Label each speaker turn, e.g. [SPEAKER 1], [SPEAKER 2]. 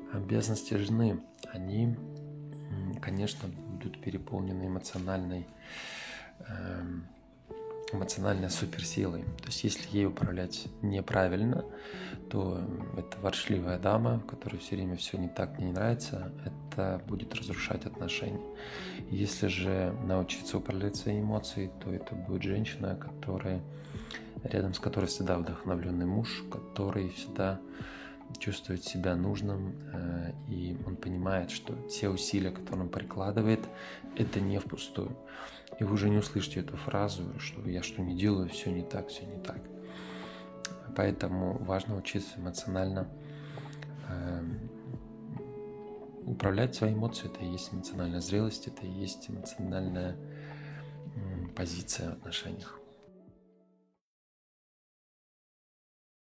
[SPEAKER 1] Обязанности жены, они, конечно, будут переполнены эмоциональной суперсилой. То есть если ей управлять неправильно, то это ворчливая дама, которой все время все не так, мне не нравится, это будет разрушать отношения. Если же научиться управлять своими эмоциями, то это будет женщина, рядом с которой всегда вдохновленный муж, который всегда чувствует себя нужным, и он понимает, что те усилия, которые он прикладывает, это не впустую. И вы уже не услышите эту фразу, что я что не делаю, все не так, все не так. Поэтому важно учиться эмоционально управлять своими эмоциями. Это и есть эмоциональная зрелость, это и есть эмоциональная позиция в отношениях.